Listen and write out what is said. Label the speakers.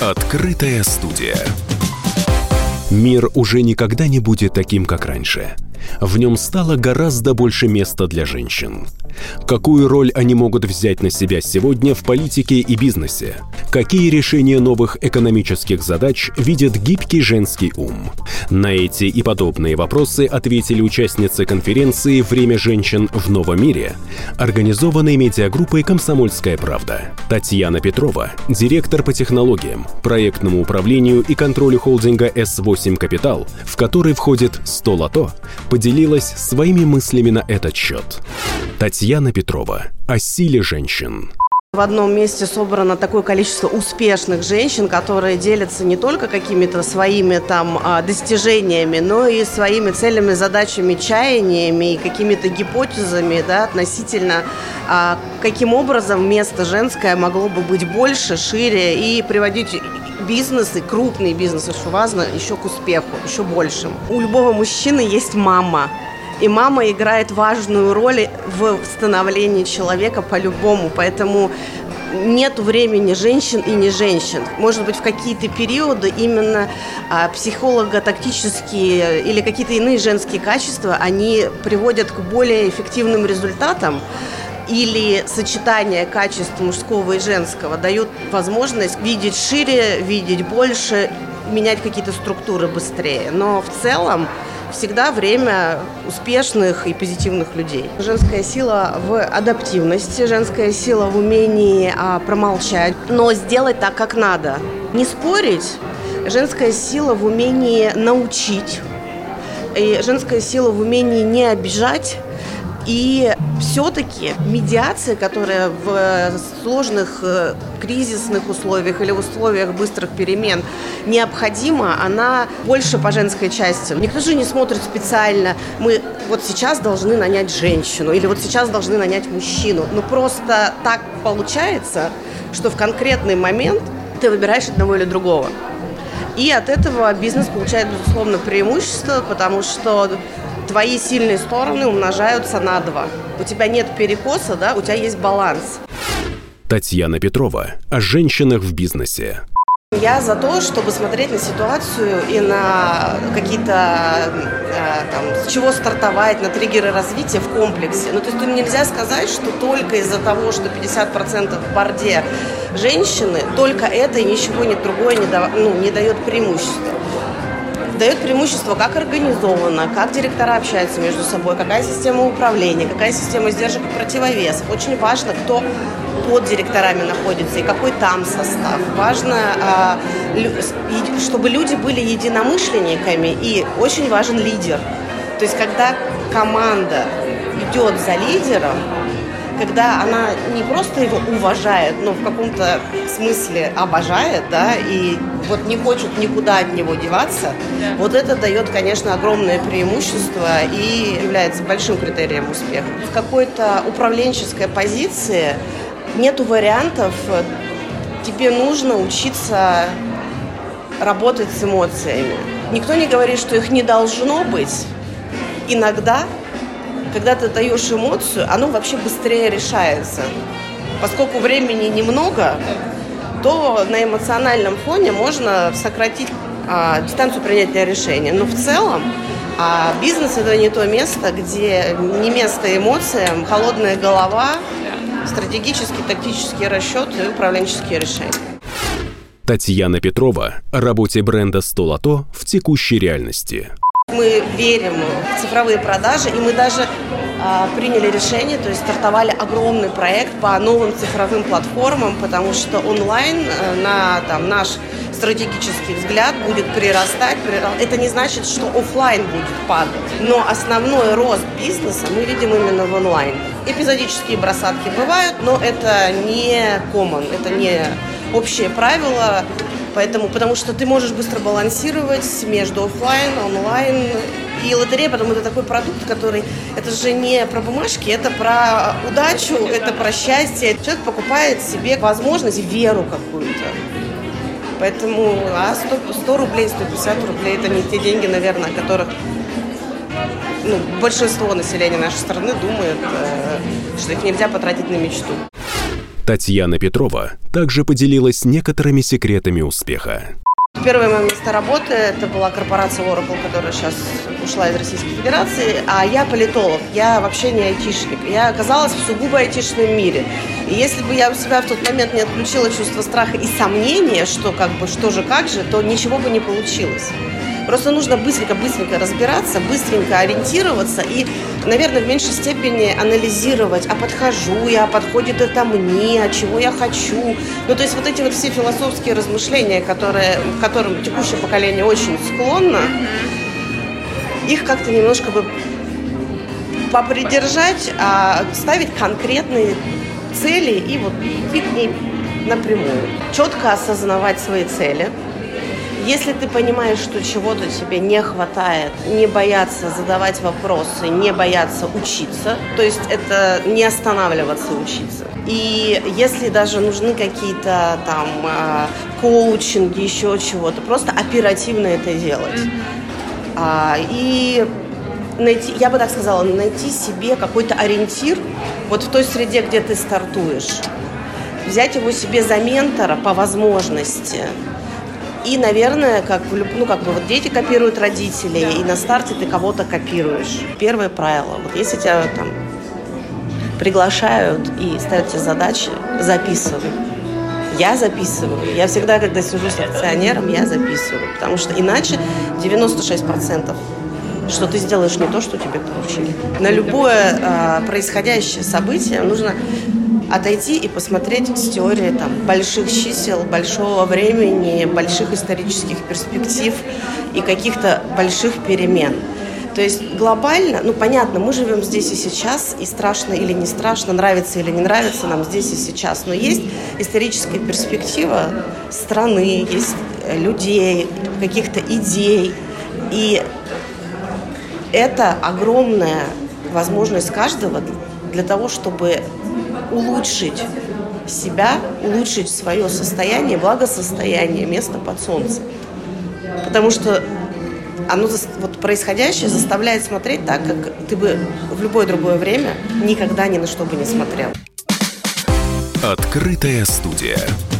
Speaker 1: Открытая студия. Мир уже никогда не будет таким, как раньше. В нем стало гораздо больше места для женщин. Какую роль они могут взять на себя сегодня в политике и бизнесе? Какие решения новых экономических задач видит гибкий женский ум? На эти и подобные вопросы ответили участницы конференции «Время женщин в новом мире», организованной медиагруппой «Комсомольская правда». Татьяна Петрова, директор по технологиям, проектному управлению и контролю холдинга S8 Capital, в который входит 100 лото, поделилась своими мыслями на этот счет. Татьяна Петрова о силе женщин.
Speaker 2: В одном месте собрано такое количество успешных женщин, которые делятся не только какими-то своими достижениями, но и своими целями, задачами, чаяниями и какими-то гипотезами, относительно каким образом место женское могло бы быть больше, шире и приводить бизнесы, крупные бизнесы, что важно, еще к успеху, еще большему. У любого мужчины есть мама. И мама играет важную роль в становлении человека по-любому. Поэтому нет времени женщин и не женщин. Может быть, в какие-то периоды именно психолого-тактические или какие-то иные женские качества, они приводят к более эффективным результатам. Или сочетание качеств мужского и женского дают возможность видеть шире, видеть больше, менять какие-то структуры быстрее. Но в целом всегда время успешных и позитивных людей. Женская сила в адаптивности, женская сила в умении промолчать, но сделать так, как надо. Не спорить, женская сила в умении научить, и женская сила в умении не обижать. И все-таки медиация, которая в сложных кризисных условиях или в условиях быстрых перемен необходима, она больше по женской части. Никто же не смотрит специально, мы вот сейчас должны нанять женщину или вот сейчас должны нанять мужчину. Но просто так получается, что в конкретный момент ты выбираешь одного или другого. И от этого бизнес получает, безусловно, преимущество, потому что твои сильные стороны умножаются на 2. У тебя нет перекоса, у тебя есть баланс.
Speaker 1: Татьяна Петрова о женщинах в бизнесе.
Speaker 2: Я за то, чтобы смотреть на ситуацию и на какие-то, с чего стартовать, на триггеры развития в комплексе. То есть нельзя сказать, что только из-за того, что 50% в борде женщины, только это и ничего другое не дает преимущества. Дает преимущество, как организовано, как директора общаются между собой, какая система управления, какая система сдержек и противовесов. Очень важно, кто под директорами находится и какой там состав. Важно, чтобы люди были единомышленниками, и очень важен лидер. То есть, когда команда идет за лидером, когда она не просто его уважает, но в каком-то смысле обожает, и не хочет никуда от него деваться, это дает, конечно, огромное преимущество и является большим критерием успеха. В какой-то управленческой позиции нету вариантов, тебе нужно учиться работать с эмоциями. Никто не говорит, что их не должно быть. Иногда, когда ты даешь эмоцию, оно вообще быстрее решается. Поскольку времени немного, то на эмоциональном фоне можно сократить дистанцию принятия решения. Но в целом бизнес – это не то место, где не место эмоциям, холодная голова, стратегические, тактические расчеты и управленческие решения.
Speaker 1: Татьяна Петрова о работе бренда 100 лото в текущей реальности.
Speaker 2: Мы верим в цифровые продажи, и мы даже приняли решение, то есть стартовали огромный проект по новым цифровым платформам, потому что онлайн на наш стратегический взгляд будет прирастать. Это не значит, что офлайн будет падать, но основной рост бизнеса мы видим именно в онлайн. Эпизодические бросатки бывают, но это не common, это не общее правило. Потому что ты можешь быстро балансировать между офлайн, онлайн и лотерея, потому что это такой продукт, который, это же не про бумажки, это про удачу, это про счастье. Человек покупает себе возможность, веру какую-то. Поэтому 100 рублей, 150 рублей – это не те деньги, наверное, о которых большинство населения нашей страны думает, что их нельзя потратить на мечту.
Speaker 1: Татьяна Петрова также поделилась некоторыми секретами успеха.
Speaker 2: Первое мое место работы – это была корпорация Oracle, которая сейчас ушла из Российской Федерации, а я политолог, я вообще не айтишник. Я оказалась в сугубо айтишном мире. И если бы я у себя в тот момент не отключила чувство страха и сомнения, что же, как же, то ничего бы не получилось. Просто нужно быстренько разбираться, быстренько ориентироваться и, наверное, в меньшей степени анализировать, а подхожу я, подходит это мне, а чего я хочу. Ну, то есть вот эти вот все философские размышления, к которым текущее поколение очень склонно, их как-то немножко бы попридержать, ставить конкретные цели и вот идти к ней напрямую. Четко осознавать свои цели. Если ты понимаешь, что чего-то тебе не хватает, не бояться задавать вопросы, не бояться учиться, то есть это не останавливаться учиться. И если даже нужны какие-то там коучинги, еще чего-то, просто оперативно это делать. И найти, я бы так сказала, найти себе какой-то ориентир вот в той среде, где ты стартуешь. Взять его себе за ментора по возможности. И, наверное, вот дети копируют родителей, и на старте ты кого-то копируешь. Первое правило. Вот если тебя там приглашают и ставят тебе задачи, записывай. Я записываю. Я всегда, когда сижу с акционером, я записываю. Потому что иначе 96%, что ты сделаешь не то, что тебе поручили. На любое происходящее событие нужно отойти и посмотреть с теории больших чисел, большого времени, больших исторических перспектив и каких-то больших перемен. То есть глобально, понятно, мы живем здесь и сейчас, и страшно или не страшно, нравится или не нравится нам здесь и сейчас, но есть историческая перспектива страны, есть людей, каких-то идей, и это огромная возможность каждого для того, чтобы улучшить себя, улучшить свое состояние, благосостояние, место под солнцем. Потому что происходящее заставляет смотреть так, как ты бы в любое другое время никогда ни на что бы не смотрел.
Speaker 1: Открытая студия.